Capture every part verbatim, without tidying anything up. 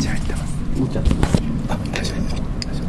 ち入ってます。 もうちょっとあ、大丈夫です。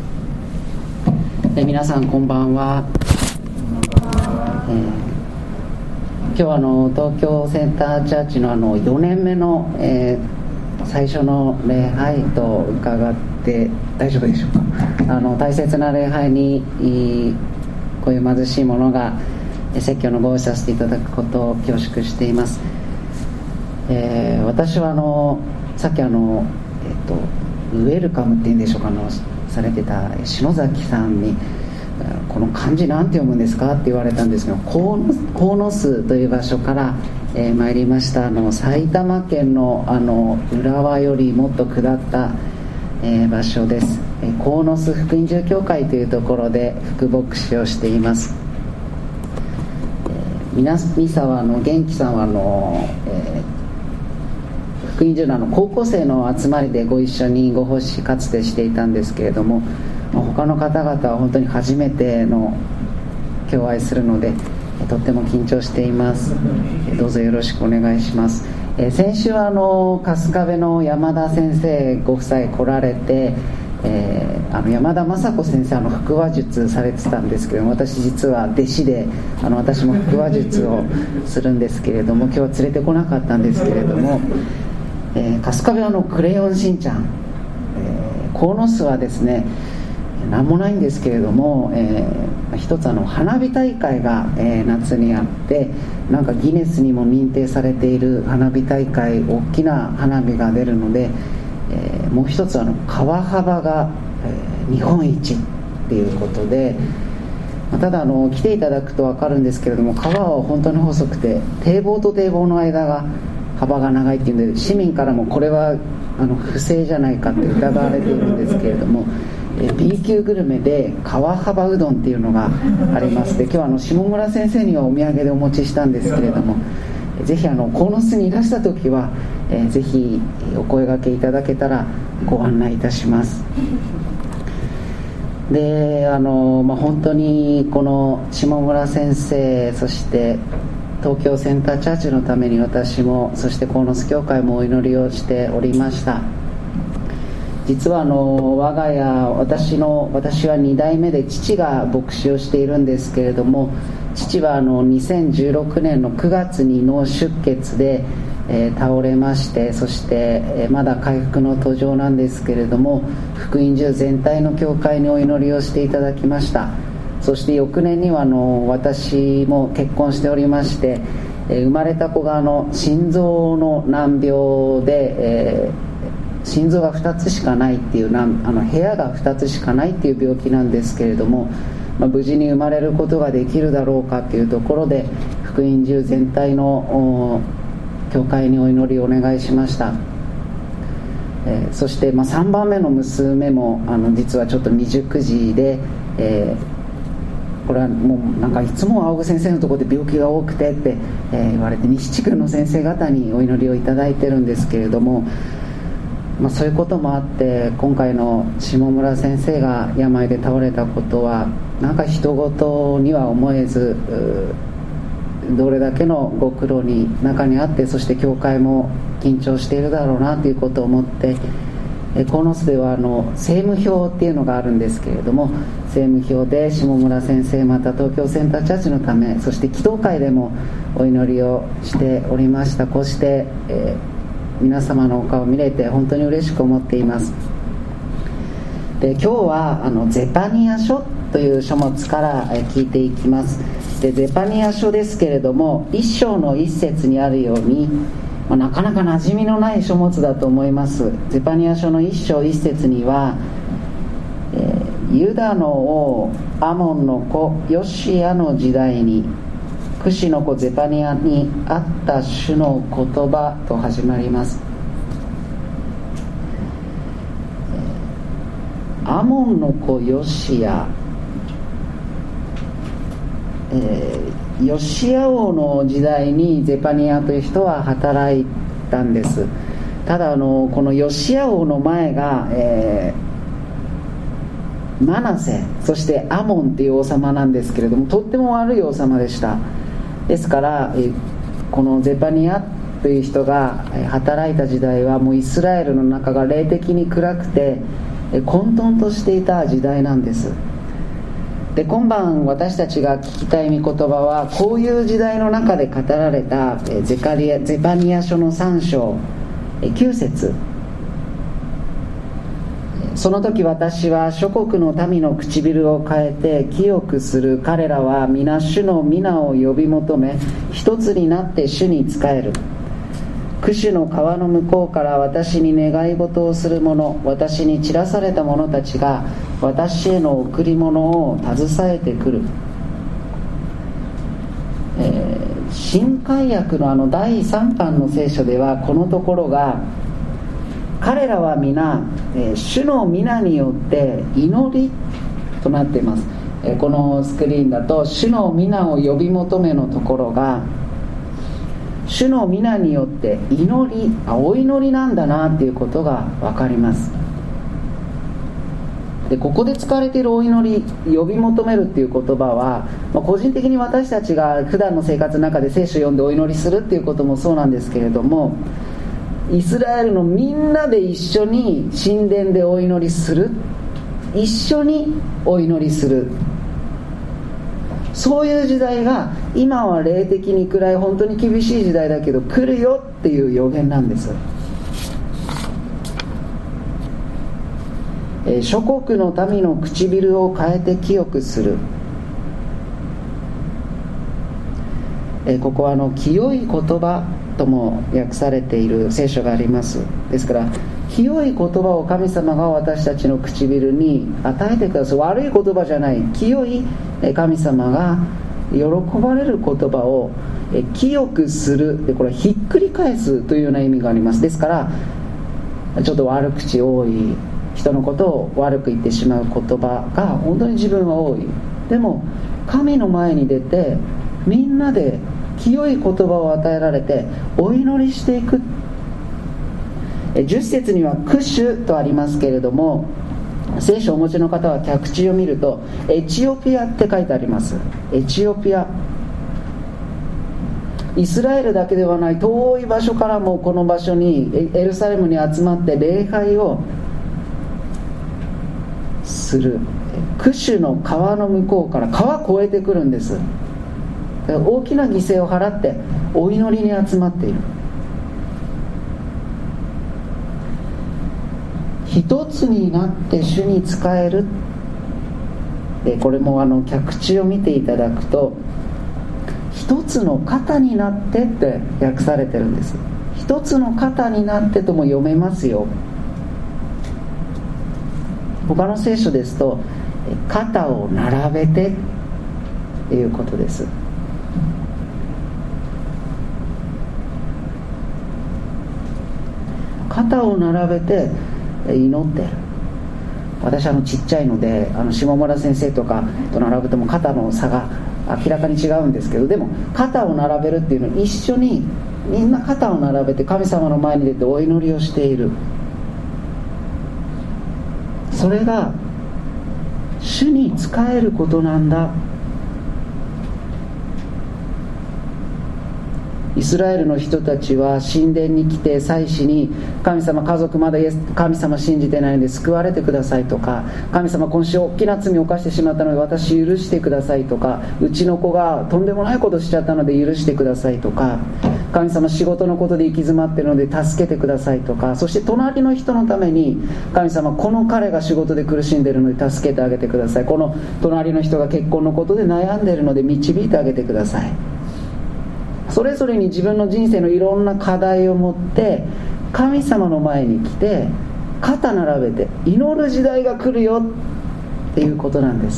え皆さんこんばんは。えー、今日はあの東京センターチャーチのあのよねんめの、えー、最初の礼拝と伺って大丈夫でしょうか。あの大切な礼拝にこういう貧しい者が説教のご挨拶させていただくことを恐縮しています。えー、私はあのさっきあの、えっと、ウェルカムっていうんでしょうか、あのされてた篠崎さんにこの漢字なんて読むんですかって言われたんですけど、鴻巣という場所から、えー、参りました。あの埼玉県の、あの浦和よりもっと下った、えー、場所です。えー、鴻巣福音住教会というところで福牧師をしています。えー、皆ミサはあの元気さんはあの、えー福音住の高校生の集まりでご一緒にご奉仕かつてしていたんですけれども、他の方々は本当に初めての共愛するのでとっても緊張しています。どうぞよろしくお願いします。えー、先週はあの春日部の山田先生ご夫妻来られて、えー、あの山田雅子先生あの腹話術されてたんですけども、私実は弟子であの私も腹話術をするんですけれども、今日は連れてこなかったんですけれども、えー、春日部はのクレヨンしんちゃん、えー、鴻巣はですね何もないんですけれども、えー、一つあの花火大会が、えー、夏にあって、なんかギネスにも認定されている花火大会、大きな花火が出るので、えー、もう一つあの川幅が、えー、日本一っていうことで、ただあの来ていただくと分かるんですけれども、川は本当に細くて堤防と堤防の間が幅が長いっていうんで、市民からもこれはあの不正じゃないかって疑われているんですけれども、え B 級グルメで川幅うどんっていうのがありまして、今日はあの下村先生にはお土産でお持ちしたんですけれども、ぜひあの鴻巣にいらした時は、えー、ぜひお声掛けいただけたらご案内いたします。であの、まあ、本当にこの下村先生、そして東京センターチャーチのために私も、そして鴻巣教会もお祈りをしておりました。実はあの我が家、私の私はに代目で父が牧師をしているんですけれども、父はあのにせんじゅうろくねんのくがつに脳出血で、えー、倒れまして、そして、えー、まだ回復の途上なんですけれども、福音中全体の教会にお祈りをしていただきました。そして翌年にはあの私も結婚しておりまして、えー、生まれた子があの心臓の難病で、えー、心臓がふたつしかないっていう、あの部屋がふたつしかないっていう病気なんですけれども、まあ、無事に生まれることができるだろうかというところで、福音中全体の教会にお祈りをお願いしました。えー、そして、まあ、さんばんめの娘もあの実はちょっと未熟児で、えーこれはもうなんかいつも青木先生のところで病気が多くてって、えー、言われて、西地区の先生方にお祈りをいただいてるんですけれども、まあ、そういうこともあって今回の下村先生が病で倒れたことはなんか人事には思えず、どれだけのご苦労に中にあって、そして教会も緊張しているだろうなということを思って、鴻巣ではあの政務表っていうのがあるんですけれども、政務表で下村先生、また東京センターチャーチのため、そして祈祷会でもお祈りをしておりました。こうして、えー、皆様のお顔を見れて本当に嬉しく思っています。で今日はあのゼパニア書という書物から聞いていきます。でゼパニア書ですけれども、一章の一節にあるように、まあ、なかなか馴染みのない書物だと思います。ゼパニア書の一章一節には、えー、ユダの王アモンの子ヨシアの時代にクシの子ゼパニアにあった主の言葉と始まります。えー、アモンの子ヨシア、えーヨシア王の時代にゼパニアという人は働いたんです。ただあのこのヨシア王の前が、えー、マナセ、そしてアモンっていう王様なんですけれども、とっても悪い王様でした。ですから、えー、このゼパニアという人が働いた時代はもうイスラエルの中が霊的に暗くて混沌としていた時代なんです。で、今晩私たちが聞きたい御言葉はこういう時代の中で語られたゼカリアゼパニヤ書のさん章きゅう節。その時私は諸国の民の唇を変えて清くする。彼らは皆主の皆を呼び求め一つになって主に仕える。クシュの川の向こうから私に願い事をする者、私に散らされた者たちが私への贈り物を携えてくる。えー、新海訳のあのだいさんかんの聖書ではこのところが、彼らは皆、えー、主の皆によって祈りとなっています。えー、このスクリーンだと主の皆を呼び求めのところが主の皆によって祈り、あ、お祈りなんだなっていうことが分かります。で、ここで使われているお祈り、呼び求めるっていう言葉は、まあ、個人的に私たちが普段の生活の中で聖書を読んでお祈りするっていうこともそうなんですけれども、イスラエルのみんなで一緒に神殿でお祈りする、一緒にお祈りする、そういう時代が今は霊的に暗い本当に厳しい時代だけど来るよっていう予言なんです。えー、諸国の民の唇を変えて清くする。えー、ここはあの清い言葉とも訳されている聖書があります。ですから清い言葉を神様が私たちの唇に与えてください。悪い言葉じゃない、清い神様が喜ばれる言葉を清くする。で、これはひっくり返すというような意味があります。ですからちょっと悪口多い、人のことを悪く言ってしまう言葉が本当に自分は多い。でも神の前に出てみんなで清い言葉を与えられてお祈りしていく。じゅっ節にはクシュとありますけれども、聖書をお持ちの方は脚注を見るとエチオピアって書いてあります。エチオピア、イスラエルだけではない遠い場所からもこの場所にエルサレムに集まって礼拝をする。クシュの川の向こうから川越えてくるんです。大きな犠牲を払ってお祈りに集まっている。一つになって主に仕える。で、これもあの脚注を見ていただくと一つの肩になってって訳されてるんです。一つの肩になってとも読めますよ。他の聖書ですと肩を並べてっていうことです。肩を並べて祈ってる。私あのちっちゃいのであの下村先生とかと並べても肩の差が明らかに違うんですけど、でも肩を並べるっていうのは一緒にみんな肩を並べて神様の前に出てお祈りをしている。それが主に仕えることなんだ。イスラエルの人たちは神殿に来て祭司に神様、家族まだ神様信じてないので救われてくださいとか、神様今週大きな罪を犯してしまったので私許してくださいとか、うちの子がとんでもないことしちゃったので許してくださいとか、神様仕事のことで行き詰まっているので助けてくださいとか、そして隣の人のために神様この彼が仕事で苦しんでいるので助けてあげてください、この隣の人が結婚のことで悩んでいるので導いてあげてください。それぞれに自分の人生のいろんな課題を持って神様の前に来て肩並べて祈る時代が来るよっていうことなんです。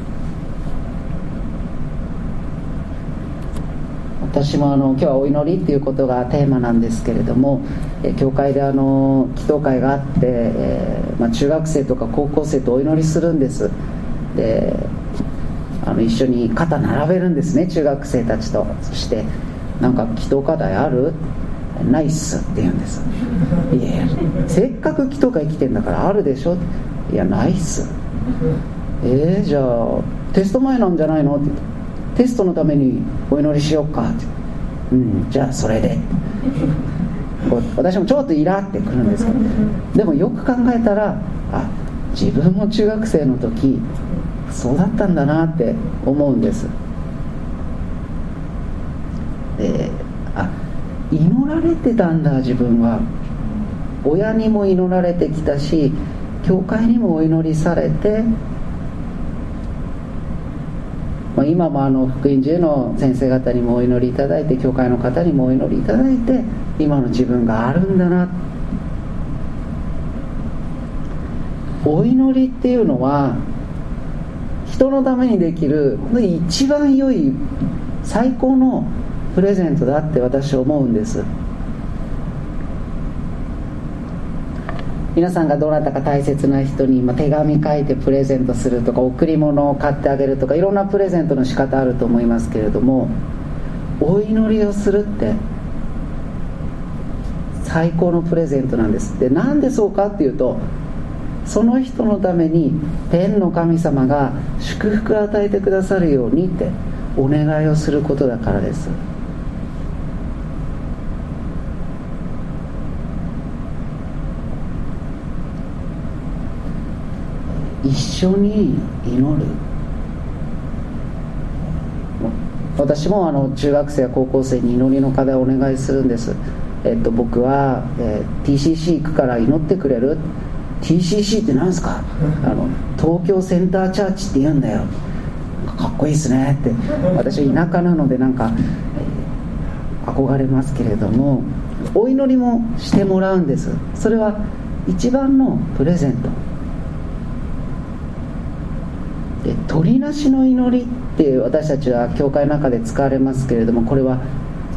私もあの今日はお祈りっていうことがテーマなんですけれども、え教会であの祈祷会があって、えーまあ、中学生とか高校生とお祈りするんです。であの一緒に肩並べるんですね、中学生たちと。そしてなんか祈祷課題ある？ないっすって言うんです。いやせっかく祈祷会来てんだからあるでしょ。いやないっす。えー、じゃあテスト前なんじゃないのって言って、テストのためにお祈りしようかって。 うんじゃあそれで私もちょっとイラってくるんですけど、でもよく考えたら、あ、自分も中学生の時そうだったんだなって思うんです。で、あ、祈られてたんだ自分は。親にも祈られてきたし、教会にもお祈りされて、まあ、今もあの福音授の先生方にもお祈りいただいて、教会の方にもお祈りいただいて、今の自分があるんだな。お祈りっていうのは人のためにできる一番良い最高のプレゼントだって私は思うんです。皆さんがどなたか大切な人に手紙書いてプレゼントするとか、贈り物を買ってあげるとか、いろんなプレゼントの仕方あると思いますけれども、お祈りをするって最高のプレゼントなんです。で、なんでそうかっていうと、その人のために天の神様が祝福を与えてくださるようにってお願いをすることだからです。一緒に祈る。私もあの中学生や高校生に祈りの課題をお願いするんです。えっと、僕は、えー、ティーシーシー 行くから祈ってくれる？ ティーシーシー って何すか？あの東京センターチャーチって言うんだよ。かっこいいですねって。私は田舎なのでなんか憧れますけれども、お祈りもしてもらうんです。それは一番のプレゼントで、鳥なしの祈りって私たちは教会の中で使われますけれども、これは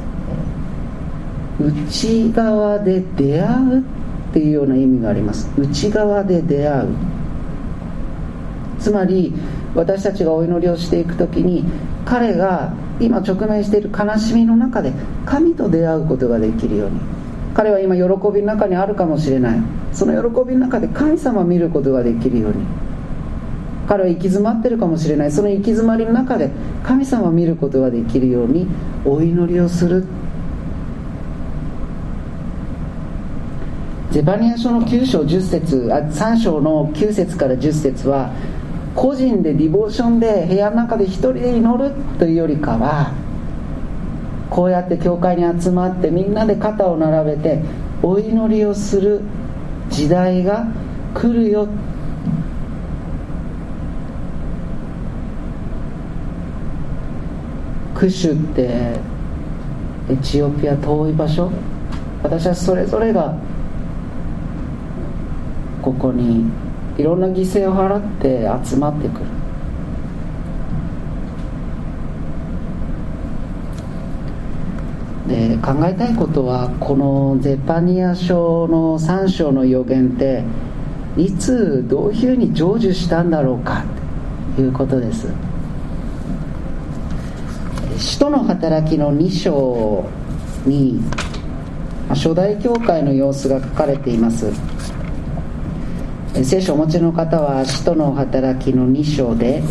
内側で出会うっていうような意味があります。内側で出会う、つまり私たちがお祈りをしていくときに、彼が今直面している悲しみの中で神と出会うことができるように、彼は今喜びの中にあるかもしれない、その喜びの中で神様を見ることができるように、彼は行き詰まってるかもしれない、その行き詰まりの中で神様を見ることができるようにお祈りをする。ゼバニヤ書のきゅう章じゅっ節、あさん章のきゅう節からじゅっ節は、個人でディボーションで部屋の中で一人で祈るというよりかは、こうやって教会に集まってみんなで肩を並べてお祈りをする時代が来るよ。クシュってエチオピア遠い場所、私はそれぞれがここにいろんな犠牲を払って集まってくる。で、考えたいことは、このゼパニヤ書のさん章の予言っていつどういうふうに成就したんだろうかということです。使徒の働きのに章に初代教会の様子が書かれています。聖書をお持ちの方は使徒の働きのに章で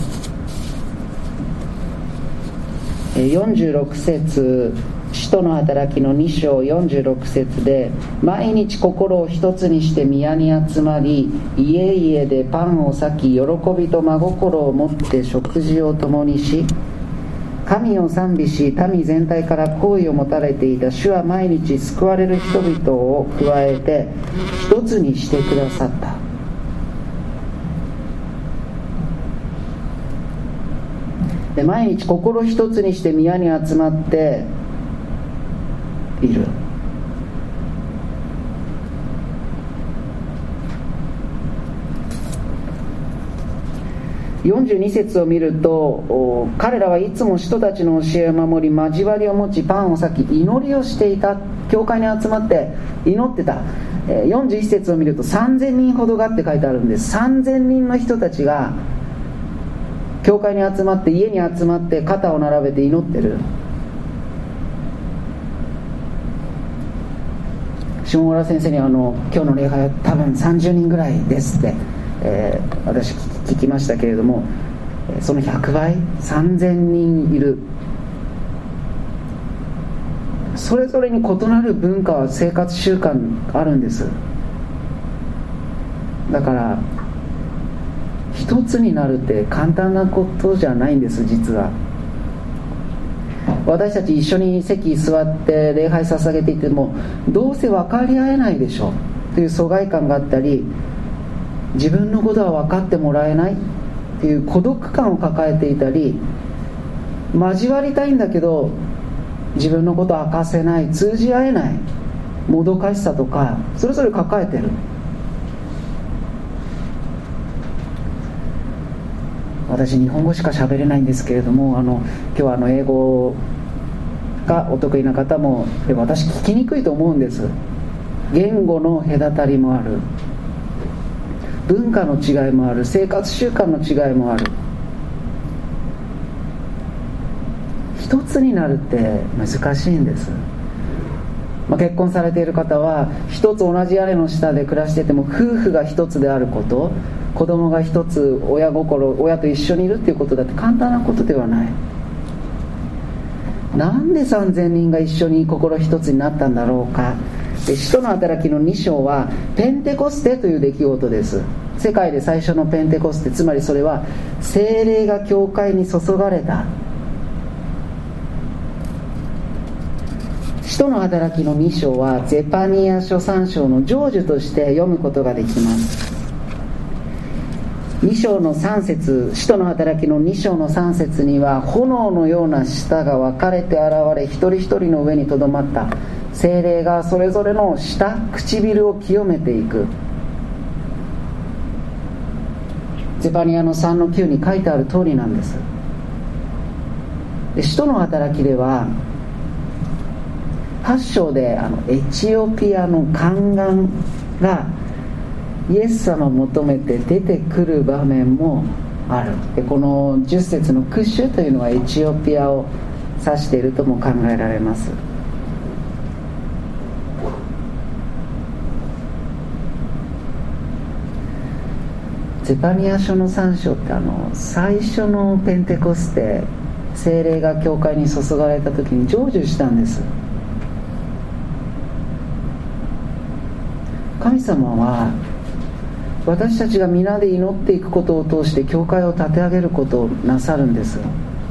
よんじゅうろく節、使徒の働きのに章よんじゅうろく節で、毎日心を一つにして宮に集まり、家々でパンを裂き、喜びと真心を持って食事を共にし、神を賛美し、民全体から好意を持たれていた主は毎日救われる人々を加えて一つにしてくださった。で、毎日心一つにして宮に集まっている。よんじゅうに節を見ると、彼らはいつも人たちの教えを守り、交わりを持ち、パンを裂き、祈りをしていた。教会に集まって祈ってた。よんじゅういち節を見るとさんぜんにんほどがって書いてあるんです。さんぜんにんの人たちが教会に集まって、家に集まって肩を並べて祈ってる。下村先生にあの今日の礼拝は多分さんじゅうにんぐらいですって、えー、私聞きましたけれども、そのひゃくばいさんぜんにんいる。 それぞれに異なる文化、生活習慣あるんです。だから一つになるって簡単なことじゃないんです。実は私たち一緒に席座って礼拝捧げていても、どうせ分かり合えないでしょという疎外感があったり、自分のことは分かってもらえないっていう孤独感を抱えていたり、交わりたいんだけど自分のことは明かせない、通じ合えないもどかしさとか、それぞれ抱えてる。私日本語しか喋れないんですけれども、あの今日はあの英語がお得意な方も、で私聞きにくいと思うんです。言語の隔たりもある、文化の違いもある、生活習慣の違いもある。一つになるって難しいんです。まあ、結婚されている方は一つ同じ屋根の下で暮らしていても、夫婦が一つであること、子供が一つ、親心、親と一緒にいるっていうことだって簡単なことではない。なんでさんぜんにんが一緒に心一つになったんだろうか。で使徒の働きのに章はペンテコステという出来事です。世界で最初のペンテコステ、つまりそれは聖霊が教会に注がれた。使徒の働きのに章はゼパニア書さん章の成就として読むことができます。に章のさん節、使徒の働きのに章のさん節には、炎のような舌が分かれて現れ、一人一人の上にとどまった。聖霊がそれぞれの舌、唇を清めていく。ゼパニアのさんのきゅうに書いてある通りなんです。で使徒の働きでははち章であのエチオピアの宦官がイエス様を求めて出てくる場面もある。でこのじゅっ節のクッシュというのはエチオピアを指しているとも考えられます。ゼパニア書のさん章ってあの最初のペンテコステ、聖霊が教会に注がれた時に成就したんです。神様は私たちが皆で祈っていくことを通して教会を立て上げることをなさるんです。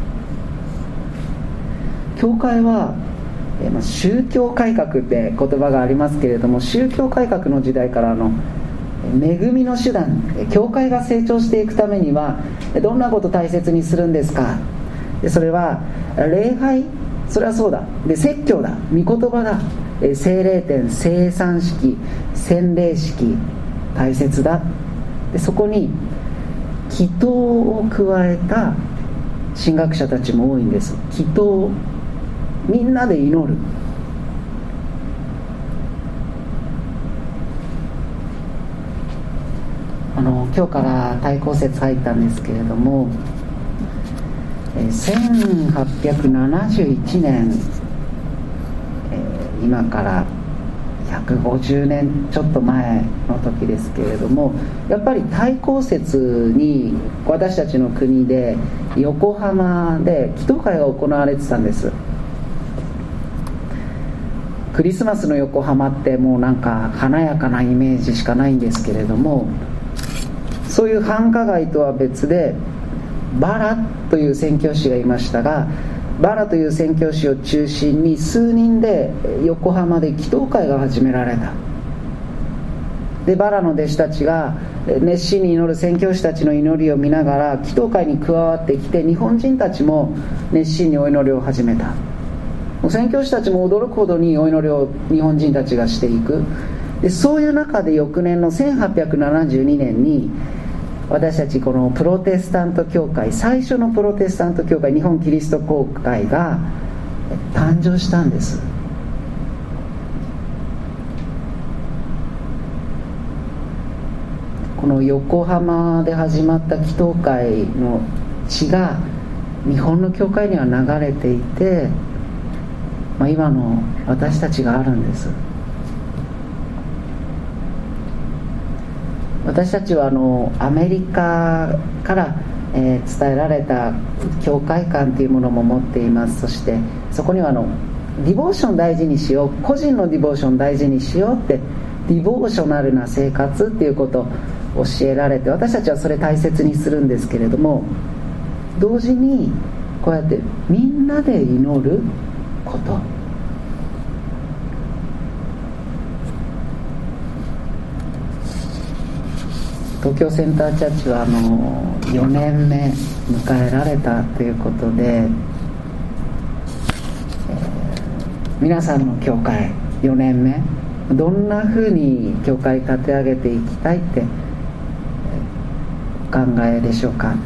教会はえー、宗教改革って言葉がありますけれども、宗教改革の時代からの恵みの手段、教会が成長していくためにはどんなことを大切にするんですか。でそれは礼拝、それはそうだ。で説教だ、御言葉だ、聖霊典、聖餐式、洗礼式、大切だ。でそこに祈祷を加えた神学者たちも多いんです。祈祷、みんなで祈る。あの今日から対抗説入ったんですけれども、せんはっぴゃくななじゅういちねん、今からひゃくごじゅうねんちょっと前の時ですけれども、やっぱり対抗節に私たちの国で横浜で祈祷会が行われてたんです。クリスマスの横浜ってもうなんか華やかなイメージしかないんですけれども、そういう繁華街とは別でバラという宣教師がいましたが、バラという宣教師を中心に数人で横浜で祈祷会が始められた。でバラの弟子たちが熱心に祈る宣教師たちの祈りを見ながら祈祷会に加わってきて、日本人たちも熱心にお祈りを始めた。宣教師たちも驚くほどにお祈りを日本人たちがしていく。でそういう中で翌年のせんはっぴゃくななじゅうにねんに私たちこのプロテスタント教会、最初のプロテスタント教会、日本キリスト教会が誕生したんです。この横浜で始まった祈祷会の血が日本の教会には流れていて、まあ、今の私たちがあるんです。私たちはあのアメリカから、えー、伝えられた教会観というものも持っています。そしてそこにはあのディボーション大事にしよう、個人のディボーション大事にしようって、ディボーショナルな生活っていうことを教えられて、私たちはそれ大切にするんですけれども、同時にこうやってみんなで祈ること、東京センターチャーチはあのよねんめ迎えられたということで、えー、皆さんの教会よねんめ、どんなふうに教会立て上げていきたいってお考えでしょうか。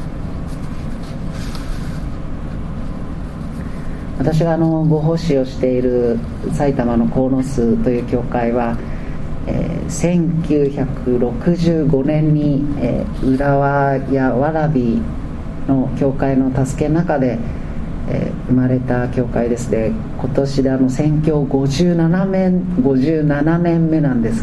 私があのご奉仕をしている埼玉の鴻巣という教会は、えー、せんきゅうひゃくろくじゅうごねんに、えー、浦和や蕨の教会の助けの中で、えー、生まれた教会ですね。今年であの宣教ごじゅうななねんごじゅうななねんめなんです。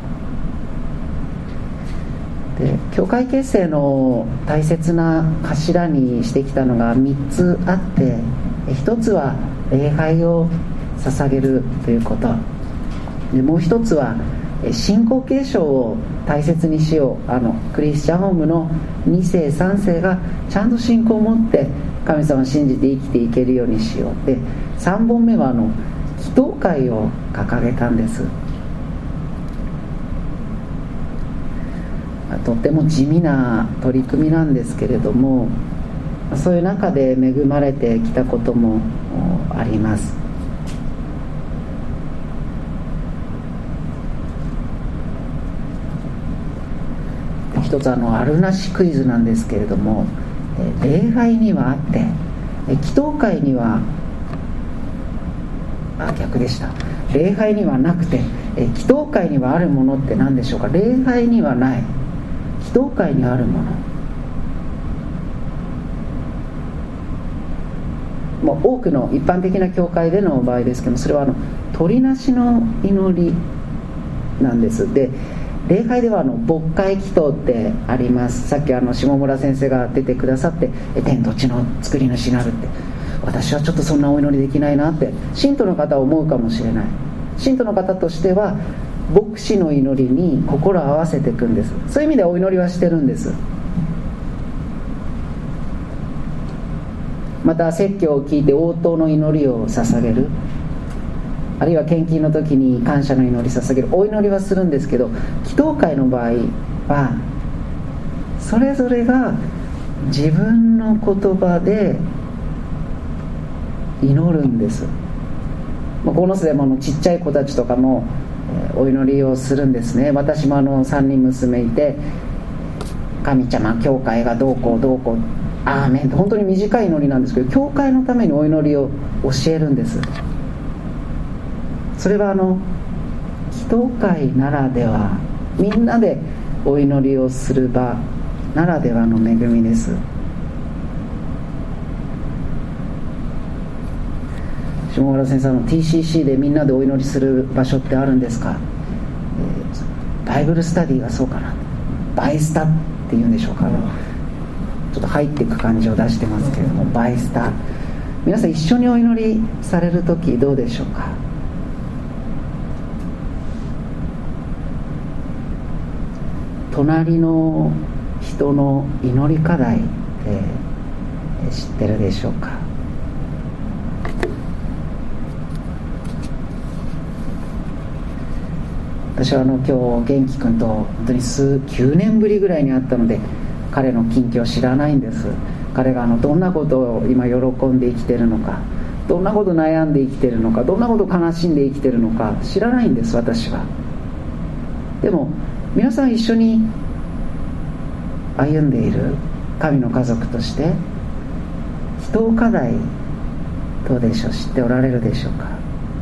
で、教会結成の大切な柱にしてきたのがみっつあって、一つは礼拝を捧げるということで、もう一つは信仰継承を大切にしよう。あのクリスチャンホームのにせいさんせいがちゃんと信仰を持って神様を信じて生きていけるようにしよう。で、さんぼんめはあの祈祷会を掲げたんです。とっても地味な取り組みなんですけれども、そういう中で恵まれてきたこともあります。一つあのあるなしクイズなんですけれども、礼拝にはあって祈祷会にはあ逆でした。礼拝にはなくて祈祷会にはあるものって何でしょうか。礼拝にはない、祈祷会にあるもの。もう多くの一般的な教会での場合ですけども、それはあの取りなしの祈りなんです。で、礼拝ではあの牧会祈祷ってあります。さっきあの下村先生が出てくださって、天と地の作り主なるって、私はちょっとそんなお祈りできないなって信徒の方は思うかもしれない。信徒の方としては牧師の祈りに心を合わせていくんです。そういう意味でお祈りはしてるんです。また説教を聞いて応答の祈りを捧げる、あるいは献金の時に感謝の祈り捧げる、お祈りはするんですけど、祈祷会の場合はそれぞれが自分の言葉で祈るんです。この巣でものちっちゃい子たちとかもお祈りをするんですね。私もあのさんにん娘いて、神様教会がどうこうどうこうアーメンと本当に短い祈りなんですけど、教会のためにお祈りを教えるんです。それはあの祈祷会ならでは、みんなでお祈りをする場ならではの恵みです。下村先生の ティーシーシー でみんなでお祈りする場所ってあるんですか。えー、バイブルスタディがそうかな、バイスタっていうんでしょうか、ちょっと入っていく感じを出してますけれども、バイスタ、皆さん一緒にお祈りされるときどうでしょうか。隣の人の祈り課題って知ってるでしょうか。私はあの今日元気君と本当に数きゅうねんぶりぐらいに会ったので、彼の近況を知らないんです。彼があのどんなことを今喜んで生きてるのか、どんなこと悩んで生きてるのか、どんなこと悲しんで生きてるのか知らないんです、私は。でも皆さん一緒に歩んでいる神の家族として祈祷課題どうでしょう、知っておられるでしょうか。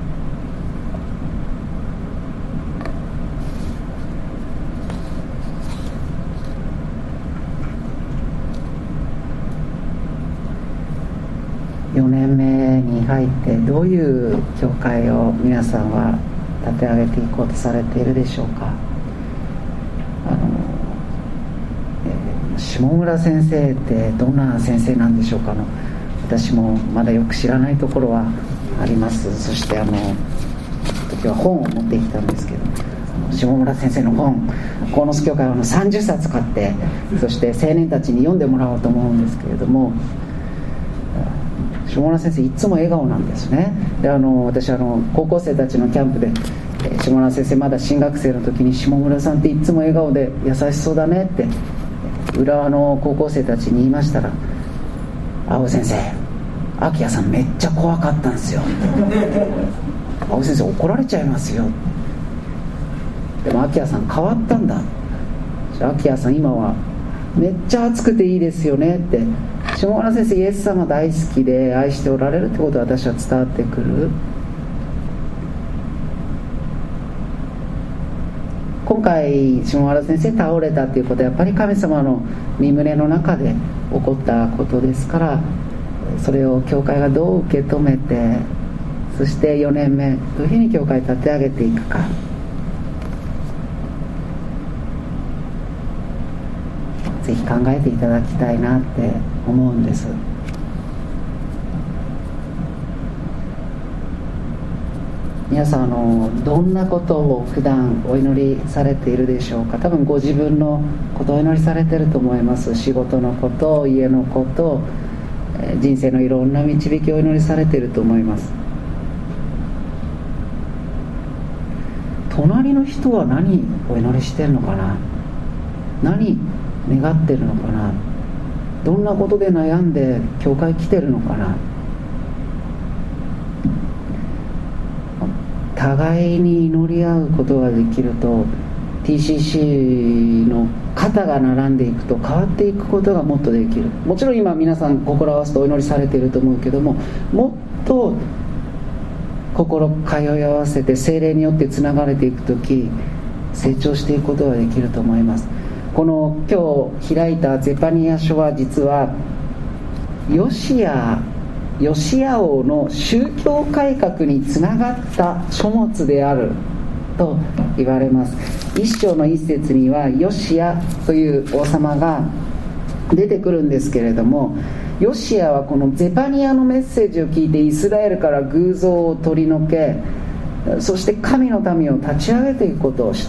よねんめに入ってどういう教会を皆さんは立て上げていこうとされているでしょうか。あの、えー、下村先生ってどんな先生なんでしょうかの、私もまだよく知らないところはあります。そしてあの時は本を持ってきたんですけど、下村先生の本、鴻巣教会はあのさんじゅっさつ買って、そして青年たちに読んでもらおうと思うんですけれども、下村先生いつも笑顔なんですね。であの私あの高校生たちのキャンプで、下村先生まだ新学生の時に、下村さんっていつも笑顔で優しそうだねって浦和の高校生たちに言いましたら、青先生、秋谷さんめっちゃ怖かったんですよ青先生怒られちゃいますよ。でも秋谷さん変わったんだ。秋谷さん今はめっちゃ熱くていいですよねって。下村先生イエス様大好きで愛しておられるってことは私は伝わってくる。今回下村先生倒れたっていうことはやっぱり神様の御胸の中で起こったことですから、それを教会がどう受け止めて、そしてよねんめどういうふうに教会を立て上げていくか、ぜひ考えていただきたいなって思うんです。皆さんあのどんなことを普段お祈りされているでしょうか。多分ご自分のことをお祈りされていると思います。仕事のこと、家のこと、人生のいろんな導きをお祈りされていると思います。隣の人は何をお祈りしているのかな、何願っているのかな、どんなことで悩んで教会来てるのかな。互いに祈り合うことができると ティーシーシー の肩が並んでいくと変わっていくことがもっとできる。もちろん今皆さん心合わせてお祈りされていると思うけども、もっと心通い合わせて聖霊によってつながれていくとき、成長していくことができると思います。この今日開いたゼパニヤ書は実はヨシアヨシア王の宗教改革につながった書物であると言われます。一章の一節にはヨシアという王様が出てくるんですけれども、ヨシアはこのゼパニヤのメッセージを聞いてイスラエルから偶像を取り除け、そして神の民を立ち上げていくことをした。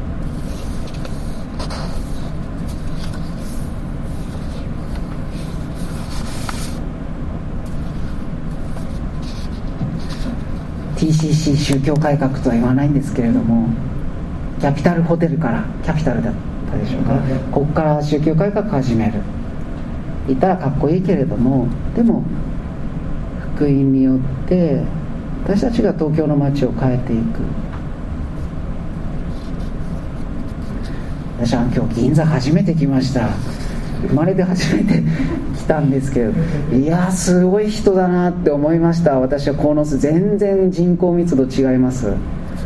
ティーシーシー 宗教改革とは言わないんですけれども、キャピタルホテルからキャピタルだったでしょうか、ここから宗教改革始める言ったらかっこいいけれども、でも福音によって私たちが東京の街を変えていく。私は今日銀座初めて来ました。生まれて初めて来たんですけど、いやすごい人だなって思いました。私は鴻巣全然人口密度違います。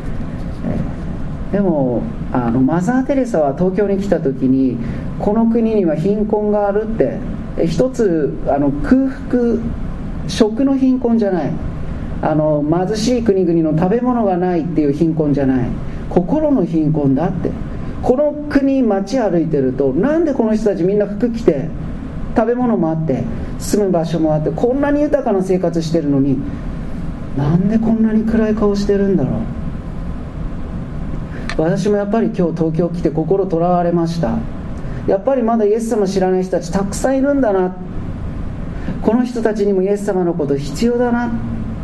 でもあのマザー・テレサは東京に来た時に、この国には貧困があるって、一つあの空腹、食の貧困じゃない、あの貧しい国々の食べ物がないっていう貧困じゃない、心の貧困だって。この国街歩いてると、なんでこの人たちみんな服着て食べ物もあって住む場所もあってこんなに豊かな生活してるのに、なんでこんなに暗い顔してるんだろう。私もやっぱり今日東京来て心とらわれました。やっぱりまだイエス様知らない人たちたくさんいるんだな、この人たちにもイエス様のこと必要だな。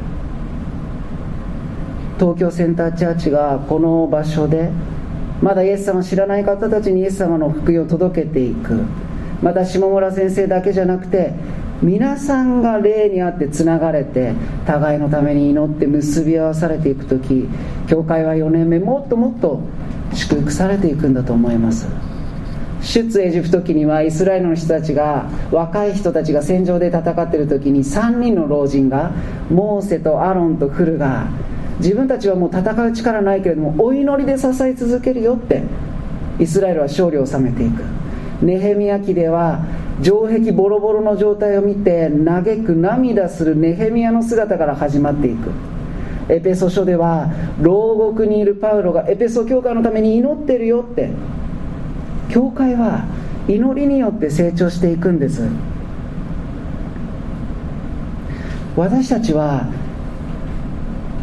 東京センターチャーチがこの場所でまだイエス様知らない方たちにイエス様の福音を届けていく。また下村先生だけじゃなくて皆さんが霊にあってつながれて互いのために祈って結び合わされていくとき、教会はよねんめもっともっと祝福されていくんだと思います。出エジプト記にはイスラエルの人たちが、若い人たちが戦場で戦っているときにさんにんの老人が、モーセとアロンとフルが、自分たちはもう戦う力ないけれどもお祈りで支え続けるよってイスラエルは勝利を収めていく。ネヘミヤ記では城壁ボロボロの状態を見て嘆く涙するネヘミヤの姿から始まっていく。エペソ書では牢獄にいるパウロがエペソ教会のために祈ってるよって。教会は祈りによって成長していくんです。私たちは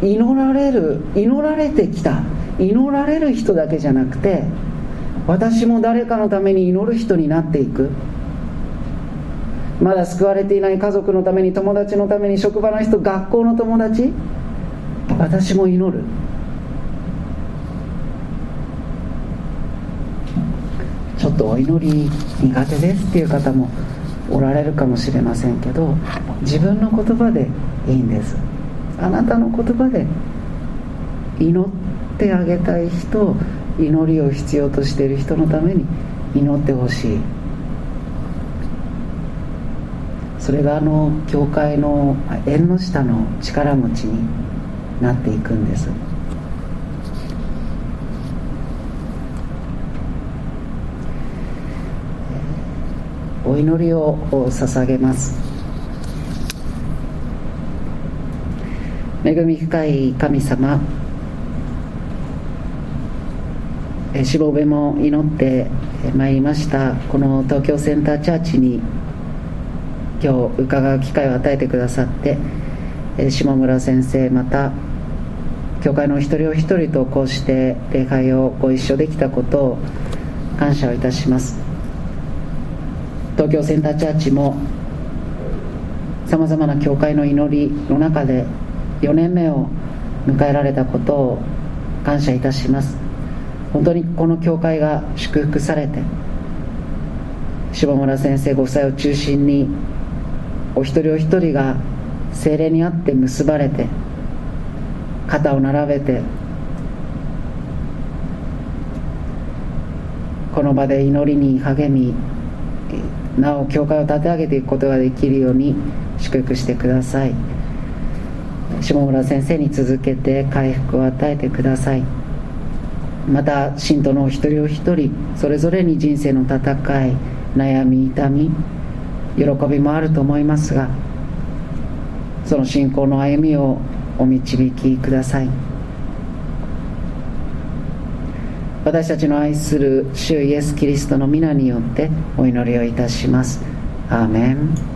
祈られる祈られてきた祈られる人だけじゃなくて、私も誰かのために祈る人になっていく。まだ救われていない家族のために、友達のために、職場の人、学校の友達、私も祈る。ちょっとお祈り苦手ですっていう方もおられるかもしれませんけど、自分の言葉でいいんです。あなたの言葉で祈ってあげたい人、祈りを必要としている人のために祈ってほしい。それがあの教会の縁の下の力持ちになっていくんです。お祈りを捧げます。恵み深い神様、しもべも祈ってまいりましたこの東京センターチャーチに今日伺う機会を与えてくださって、下村先生また教会の一人お一人とこうして礼拝をご一緒できたことを感謝をいたします。東京センターチャーチもさまざまな教会の祈りの中でよねんめを迎えられたことを感謝いたします。本当にこの教会が祝福されて、下村先生ご夫妻を中心にお一人お一人が聖霊にあって結ばれて、肩を並べてこの場で祈りに励み、なお教会を立て上げていくことができるように祝福してください。下村先生に続けて回復を与えてください。また信徒のお一人お一人それぞれに人生の戦い、悩み、痛み、喜びもあると思いますが、その信仰の歩みをお導きください。私たちの愛する主イエス・キリストの皆によってお祈りをいたします。アーメン。